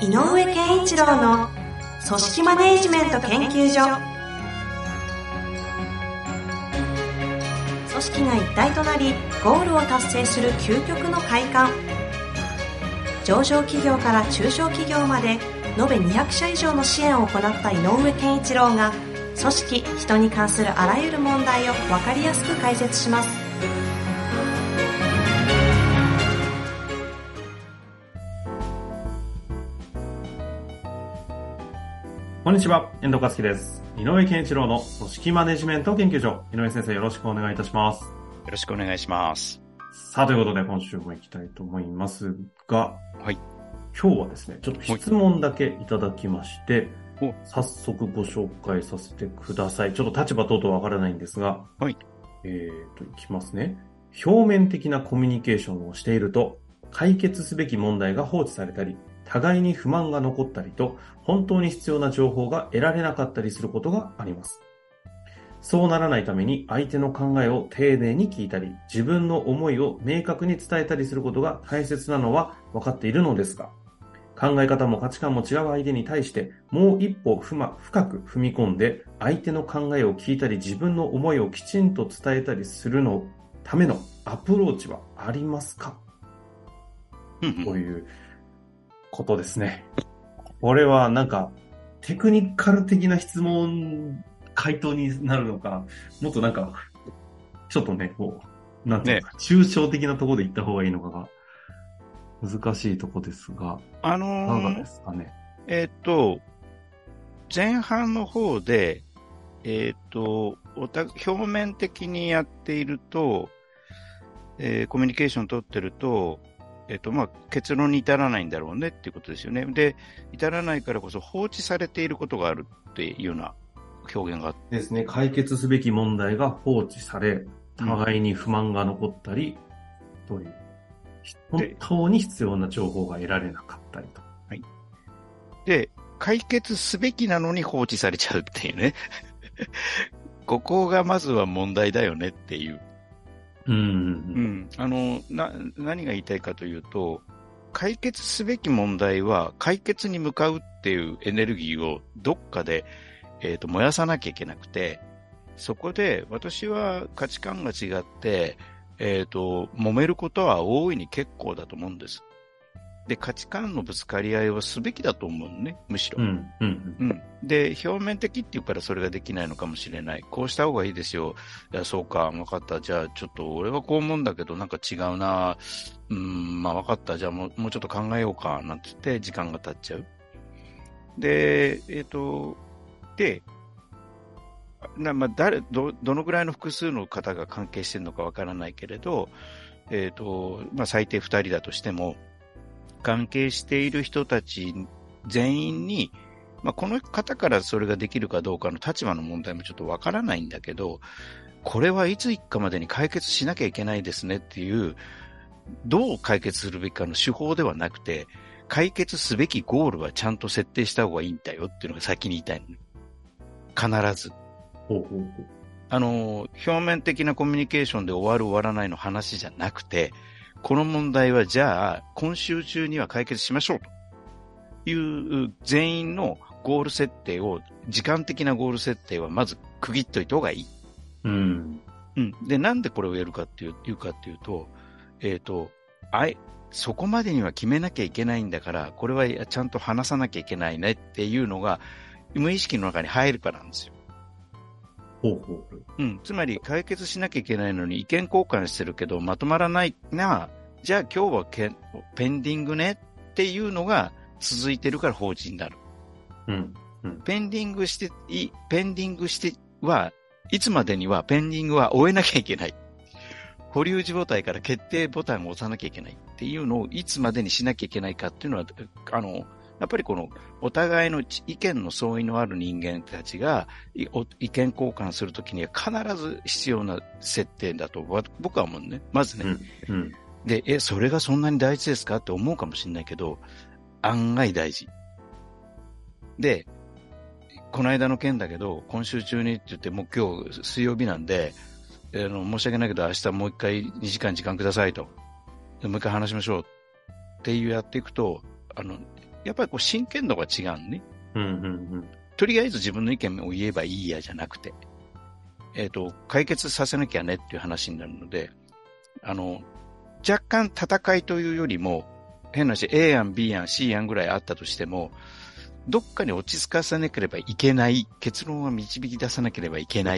井上健一郎の組織マネジメント研究所。組織が一体となりゴールを達成する究極の快感。上場企業から中小企業まで延べ200社以上の支援を行った井上健一郎が、組織・人に関するあらゆる問題を分かりやすく解説します。 こんにちは、遠藤和樹です。井上健一郎の組織マネジメント研究所。井上先生、よろしくお願いいたします。 よろしくお願いします。 さあ、ということで今週も行きたいと思いますが、 はい。 今日はですね、ちょっと質問だけいただきまして、早速ご紹介させてください。ちょっと立場等々わからないんですが、 はい。 いきますね。表面的なコミュニケーションをしていると、解決すべき問題が放置されたり、互いに不満が残ったりと、本当に必要な情報が得られなかったりすることがあります。そうならないために相手の考えを丁寧に聞いたり、自分の思いを明確に伝えたりすることが大切なのは分かっているのですが、考え方も価値観も違う相手に対して、もう一歩深く踏み込んで、相手の考えを聞いたり、自分の思いをきちんと伝えたりするのためのアプローチはありますか？ということですね。これはなんかテクニカル的な質問、回答になるのか、もっとなんかちょっとね、こうなんていうか、抽象的なところで言った方がいいのかが難しいとこですが、いかがですかね。 前半の方で表面的にやっていると、コミュニケーション取ってると。結論に至らないんだろうねっていうことですよね。で、至らないからこそ放置されていることがあるっていうような表現があって。 ですね。解決すべき問題が放置され、互いに不満が残ったり、という、本当に必要な情報が得られなかったりと。 はい。で、解決すべきなのに放置されちゃうっていうね。ここがまずは問題だよねっていう。何が言いたいかというと、解決すべき問題は解決に向かうっていうエネルギーをどっかで、燃やさなきゃいけなくて、そこで私は価値観が違って、揉めることは大いに結構だと思うんです。で、価値観のぶつかり合いをすべきだと思うのね、むしろ。で、表面的って言うからそれができないのかもしれない。こうした方がいいですよ。いや、そうか、分かった。じゃあ、ちょっと俺はこう思うんだけど、なんか違うな。まあ分かった。じゃあもうちょっと考えようか。なんて言って時間が経っちゃう。で、どのぐらいの複数の方が関係しているのか分からないけれど、最低2人だとしても、関係している人たち全員に、この方からそれができるかどうかの立場の問題もちょっとわからないんだけど、これはいついくかまでに解決しなきゃいけないですねっていう、どう解決するべきかの手法ではなくて、解決すべきゴールはちゃんと設定した方がいいんだよっていうのが先に言いたいの。必ず。表面的なコミュニケーションで終わる終わらないの話じゃなくて、この問題はじゃあ今週中には解決しましょうという全員のゴール設定を、時間的なゴール設定はまず区切っといた方がいい。で、なんでこれをやるかっていうと、そこまでには決めなきゃいけないんだから、これはちゃんと話さなきゃいけないねっていうのが無意識の中に入るからなんですよ。つまり解決しなきゃいけないのに意見交換してるけどまとまらないな、じゃあ今日はペンディングねっていうのが続いてるから放置になる。ペンディングしてはいつまでにはペンディングは終えなきゃいけない。保留状態から決定ボタンを押さなきゃいけないっていうのをいつまでにしなきゃいけないかっていうのは、やっぱりこのお互いの意見の相違のある人間たちが意見交換するときには必ず必要な設定だと僕は思うね。まずね。で、それがそんなに大事ですかって思うかもしれないけど、案外大事。で、この間の件だけど、今週中にって言って、もう今日水曜日なんで、申し訳ないけど明日もう一回2時間時間くださいと。もう一回話しましょうっていうやっていくと、 やっぱりこう真剣度が違うね。 うんうんうん。 とりあえず自分の意見を言えばいいやじゃなくて、解決させなきゃねっていう話になるので、若干戦いというよりも、変な話、A 案、B 案、C 案ぐらいあったとしても、どっかに落ち着かせなければいけない、結論は導き出さなければいけない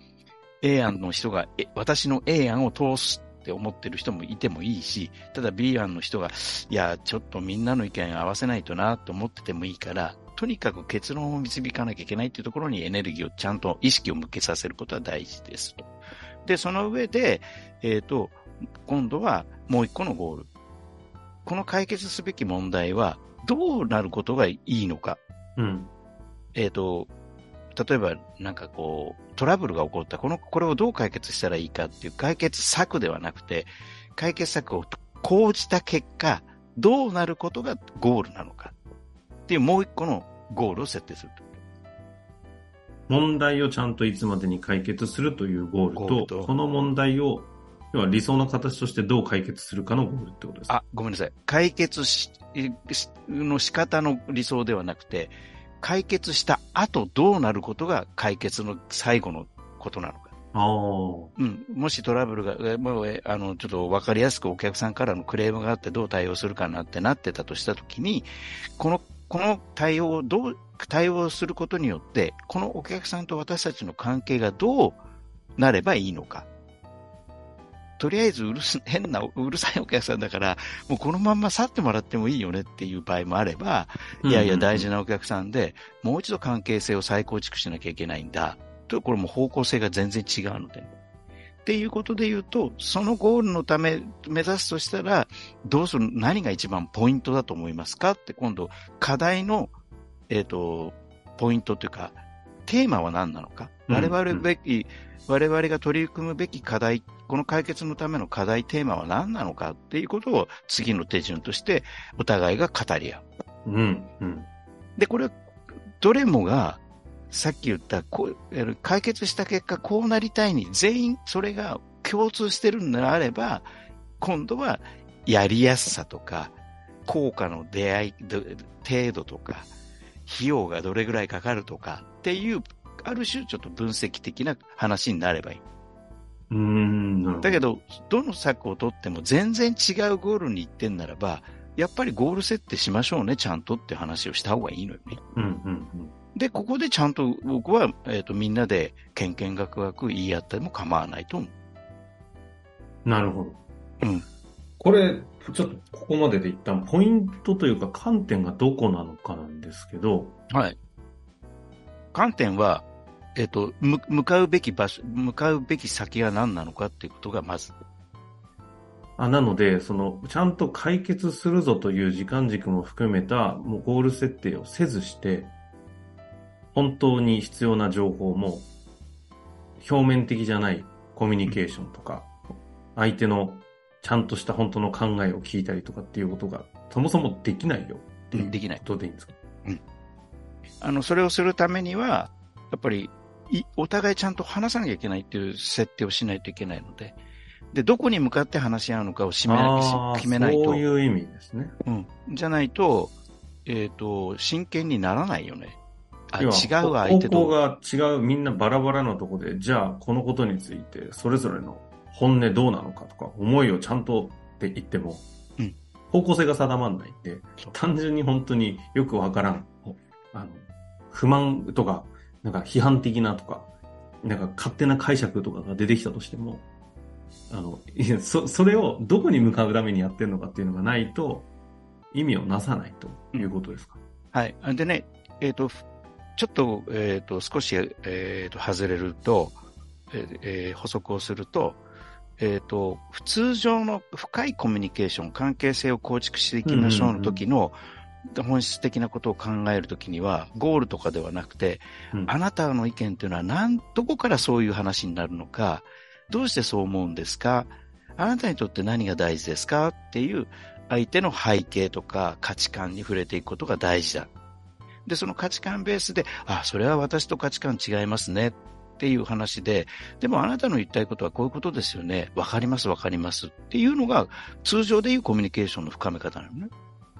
、A 案の人が、私の A 案を通すって思ってる人もいてもいいし、ただ B 案の人が、いや、ちょっとみんなの意見合わせないとなと思っててもいいから、とにかく結論を導かなきゃいけないっていうところにエネルギーをちゃんと意識を向けさせることは大事ですと。で、その上で、今度はもう一個のゴール。この解決すべき問題はどうなることがいいのか。 うん。 例えばなんかこう、トラブルが起こった。これをどう解決したらいいかっていう解決策ではなくて、解決策を講じた結果、どうなることがゴールなのかっていうもう一個のゴールを設定すると。 問題をちゃんといつまでに解決するというゴールと、この問題を要は理想の形としてどう解決するかのゴールってことですか？ あ、ごめんなさい。解決の仕方の理想ではなくて、解決した後どうなることが解決の最後のことなのか。うん。もしトラブルが、もうちょっと分かりやすくお客さんからのクレームがあってどう対応するかなってなってたとしたときに、この対応をどう対応することによって、このお客さんと私たちの関係がどうなればいいのか。とりあえず変なうるさいお客さんだから、もうこのまんま去ってもらってもいいよねっていう場合もあれば、いやいや大事なお客さんで、もう一度関係性を再構築しなきゃいけないんだ。と、これも方向性が全然違うので。っていうことで言うと、そのゴールのため、目指すとしたら、どうする、何が一番ポイントだと思いますかって、今度、課題の、ポイントというか、テーマは何なのか、我々が取り組むべき課題、この解決のための課題テーマは何なのかっていうことを次の手順としてお互いが語り合う。 うんうん、 で、これ、どれもが、さっき言った解決した結果こうなりたいに全員それが共通してるのであれば、今度はやりやすさとか、効果の出会い、程度とか、費用がどれぐらいかかるとかっていう、ある種ちょっと分析的な話になればいい。だけど、どの策を取っても全然違うゴールに行ってんならば、やっぱりゴール設定しましょうね、ちゃんとって話をした方がいいのよね。で、ここでちゃんと僕は、みんなでけんけんがくがく言い合っても構わないと思う。 なるほど。 うん。 これ、ちょっとここまでで一旦ポイントというか観点がどこなのかなんですけど。 はい。観点は、向かうべき場所、向かうべき先が何なのかっていうことがまず。 なので、ちゃんと解決するぞという時間軸も含めた、もうゴール設定をせずして、本当に必要な情報も、表面的じゃないコミュニケーションとか、相手のちゃんとした本当の考えを聞いたりとかっていうことが、そもそもできないよっていうことでいいんですか？ うん。それをするためには、やっぱり、お互いちゃんと話さなきゃいけないっていう設定をしないといけないので、で、どこに向かって話し合うのかを決めないと。 そういう意味ですね。 うん。じゃないと、真剣にならないよね。違う相手と。 方向が違う、みんなバラバラのとこで、じゃあこのことについて、それぞれの本音どうなのかとか、思いをちゃんとって言っても、方向性が定まらないんで、単純に本当によくわからん、不満とか、なんか批判的なとか、なんか勝手な解釈とかが出てきたとしても、それをどこに向かうためにやってるのかっていうのがないと、意味をなさないということですか？ はい。でね、ちょっと、少し、外れると、補足をすると、普通上の深いコミュニケーション、関係性を構築していきましょうの時の、本質的なことを考えるときには、ゴールとかではなくて、あなたの意見というのはどこからそういう話になるのか、どうしてそう思うんですか、あなたにとって何が大事ですかっていう相手の背景とか価値観に触れていくことが大事だ。で、その価値観ベースで、それは私と価値観違いますねっていう話で、でもあなたの言いたいことはこういうことですよね。わかりますっていうのが通常でいうコミュニケーションの深め方なのね。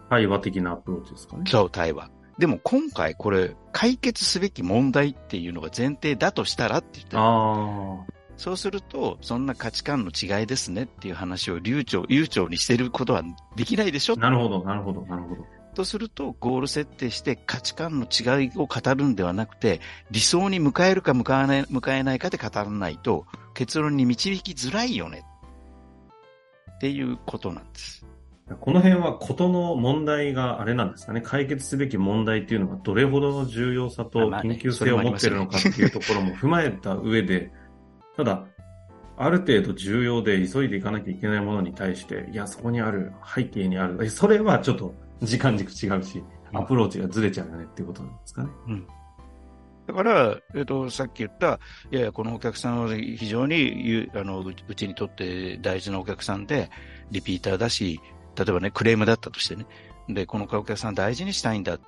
対話的なアプローチですかね。 そう、対話。でも今回これ、解決すべき問題っていうのが前提だとしたらって言ってる。そうすると、そんな価値観の違いですねっていう話を悠長にしてることはできないでしょ。 なるほど、なるほど、なるほど。 とすると、ゴール設定して価値観の違いを語るんではなくて、理想に向かえるか向かえないかで語らないと、結論に導きづらいよね。っていうことなんです。 この辺は事の問題があれなんですかね。解決すべき問題っていうのがどれほどの重要さと緊急性を持っているのかっていうところも踏まえた上で、ただ、ある程度重要で急いでいかなきゃいけないものに対して、いや、そこにある、背景にある、それはちょっと時間軸違うし、アプローチがずれちゃうよねっていうことなんですかね。 うん。だから、さっき言った、いやいや、このお客さんは非常に、うちにとって大事なお客さんで、リピーターだし、例えばね、クレームだったとしてね。で、このお客さん大事にしたいんだって、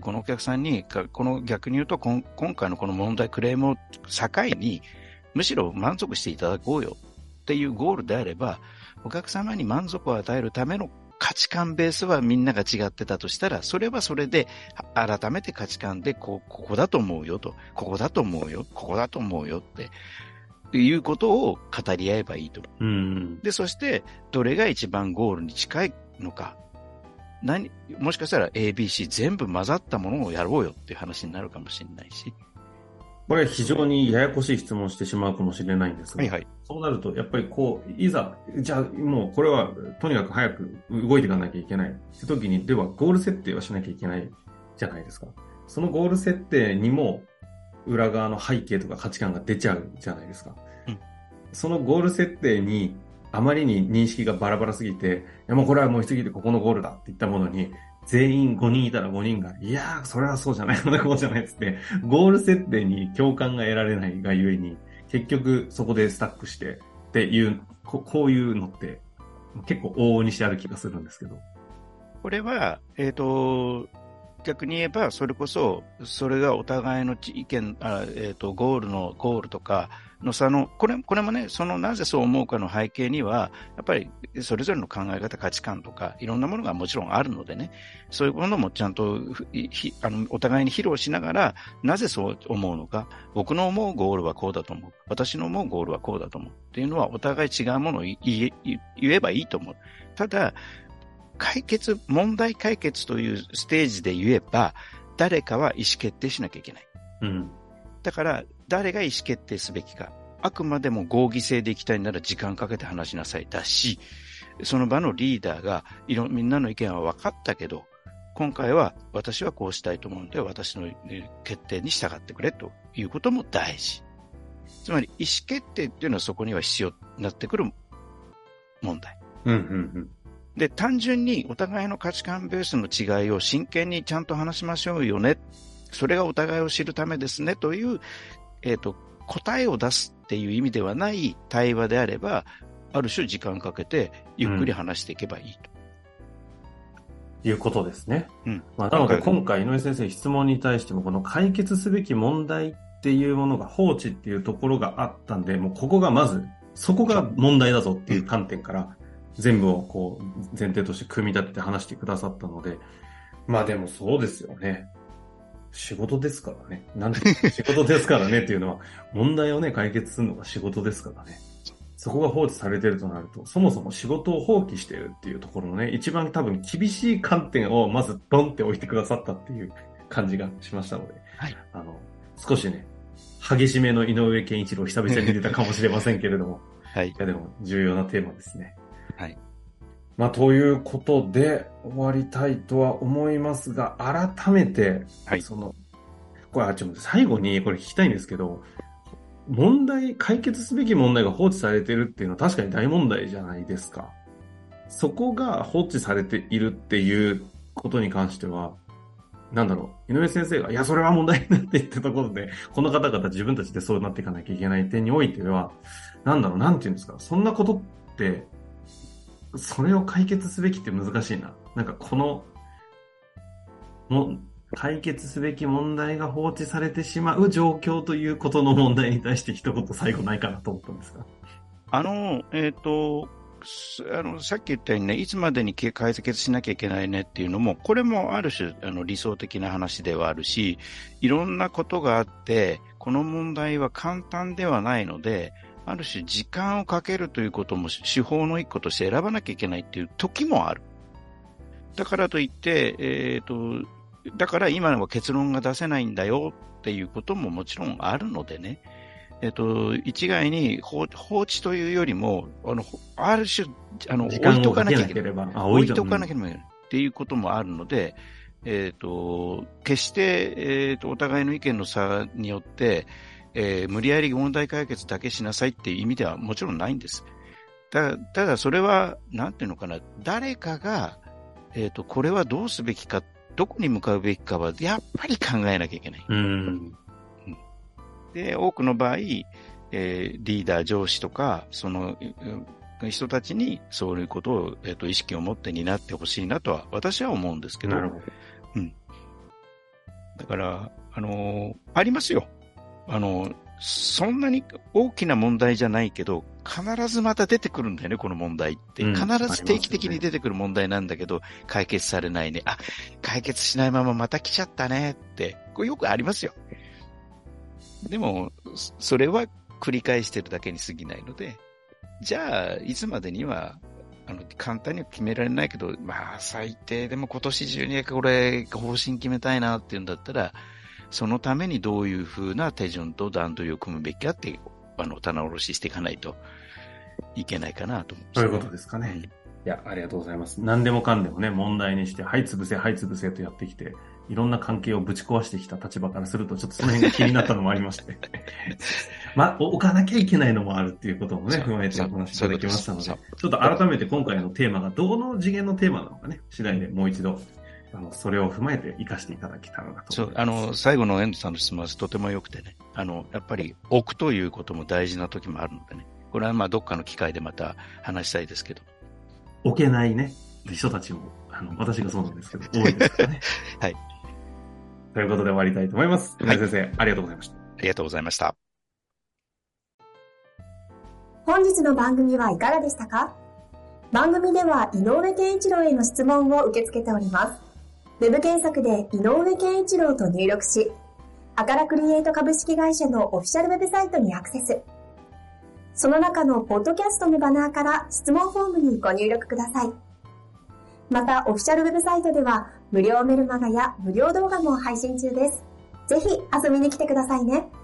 このお客さんに、逆に言うと、今回のこの問題、クレームを境に、むしろ満足していただこうよっていうゴールであれば、お客様に満足を与えるための価値観ベースはみんなが違ってたとしたら、それはそれで改めて価値観でここだと思うよと、ここだと思うよ、ここだと思うよっていうことを語り合えばいいと。で、そしてどれが一番ゴールに近いのか、もしかしたら ABC 全部混ざったものをやろうよっていう話になるかもしれないし。 これは非常にややこしい質問をしてしまうかもしれないんですが、 はいはい、 そうなると、やっぱりいざ、じゃあもうこれはとにかく早く動いていかなきゃいけないって時に、ではゴール設定はしなきゃいけないじゃないですか。そのゴール設定にも裏側の背景とか価値観が出ちゃうじゃないですか。そのゴール設定にあまりに認識がバラバラすぎて、いやもうこれはもう一撃でここのゴールだって言ったものに、全員5人いたら5人が、いやー、それはそうじゃない、こうじゃないっつって、ゴール設定に共感が得られないがゆえに、結局そこでスタックしてっていう、こういうのって結構往々にしてある気がするんですけど。 これは、逆に言えば、それこそ、それがお互いの意見、ゴールとかの差の、これもね、なぜそう思うかの背景には、やっぱりそれぞれの考え方、価値観とか、いろんなものがもちろんあるのでね、そういうものもちゃんとお互いに披露しながら、なぜそう思うのか、僕の思うゴールはこうだと思う、私の思うゴールはこうだと思うっていうのは、お互い違うものを言えばいいと思う。ただ、問題解決というステージで言えば、誰かは意思決定しなきゃいけない。だから、誰が意思決定すべきか。あくまでも合議制で行きたいなら時間かけて話しなさいだし、その場のリーダーがみんなの意見は分かったけど、今回は私はこうしたいと思うので、私の決定に従ってくれということも大事。つまり、意思決定っていうのはそこには必要になってくる問題。で、単純にお互いの価値観ベースの違いを真剣にちゃんと話しましょうよね。それがお互いを知るためですねという、答えを出すっていう意味ではない対話であれば、ある種時間かけてゆっくり話していけばいいと。 いうことですね。なので今回井上先生質問に対してもこの解決すべき問題っていうものが放置っていうところがあったんで、もうここがまず、そこが問題だぞっていう観点から、全部を前提として組み立てて話してくださったので、まあでもそうですよね。仕事ですからね。仕事ですからねっていうのは、問題をね、解決するのが仕事ですからね。そこが放置されてるとなると、そもそも仕事を放棄しているっていうところのね、一番多分厳しい観点をまずドンって置いてくださったっていう感じがしましたので、 はい、 少しね、激しめの井上健一郎久々に出たかもしれませんけれども、 はい。 いやでも重要なテーマですね。 はい。 まあ、ということで終わりたいとは思いますが、改めて、 はい、 これ、最後にこれ聞きたいんですけど、解決すべき問題が放置されているっていうのは確かに大問題じゃないですか。そこが放置されているっていうことに関しては、井上先生が、いや、それは問題になっていったところで、この方々自分たちでそうなっていかなきゃいけない点においては、なんていうんですか、そんなことって、それを解決すべきって難しいな。解決すべき問題が放置されてしまう状況ということの問題に対して一言最後ないかなと思ったんですが。 さっき言ったようにね、いつまでに解決しなきゃいけないねっていうのも、これもある種、理想的な話ではあるし、いろんなことがあって、この問題は簡単ではないので、ある種時間をかけるということも手法の一個として選ばなきゃいけないっていう時もある。だからといって、だから今は結論が出せないんだよっていうことももちろんあるのでね、一概に放置というよりも、ある種、置いとかなきゃいけない。置いとかなきゃいけないっていうこともあるので、決して、お互いの意見の差によって、無理やり問題解決だけしなさいっていう意味ではもちろんないんです。ただそれは、なんていうのかな、誰かが、これはどうすべきか、どこに向かうべきかは、やっぱり考えなきゃいけない。で、多くの場合、リーダー、上司とか、その人たちにそういうことを、意識を持って担ってほしいなとは、私は思うんですけど。 なるほど。 だから、ありますよ。そんなに大きな問題じゃないけど、必ずまた出てくるんだよね、この問題って。必ず定期的に出てくる問題なんだけど、解決されないね。解決しないまままた来ちゃったねって、これよくありますよ。でも、それは繰り返してるだけに過ぎないので、じゃあ、いつまでには、簡単には決められないけど、最低でも今年中にこれ、方針決めたいなっていうんだったら、そのためにどういうふうな手順と段取りを組むべきかって、棚卸ししていかないといけないかなと思います。 そういうことですかね。いや、ありがとうございます。何でもかんでもね、問題にして、はい潰せ、はい潰せとやってきて、いろんな関係をぶち壊してきた立場からすると、ちょっとその辺が気になったのもありまして。置かなきゃいけないのもあるっていうこともね、踏まえてお話しいただきましたので、ちょっと改めて今回のテーマがどの次元のテーマなのかね、次第でもう一度、それを踏まえて活かしていただけたらなと思います。 最後の遠藤さんの質問はとても良くてね、やっぱり置くということも大事な時もあるのでね、これはどっかの機会でまた話したいですけど。 置けないね、人たちも、私がそうなんですけど、多いですからね。 はい。 ということで終わりたいと思います。はい、先生、ありがとうございました。 ありがとうございました。 本日の番組はいかがでしたか？番組では井上健一郎への質問を受け付けております。ウェブ検索で井上健一郎と入力し、アカラクリエイト株式会社のオフィシャルウェブサイトにアクセス。その中のポッドキャストのバナーから質問フォームにご入力ください。また、オフィシャルウェブサイトでは無料メルマガや無料動画も配信中です。ぜひ遊びに来てくださいね。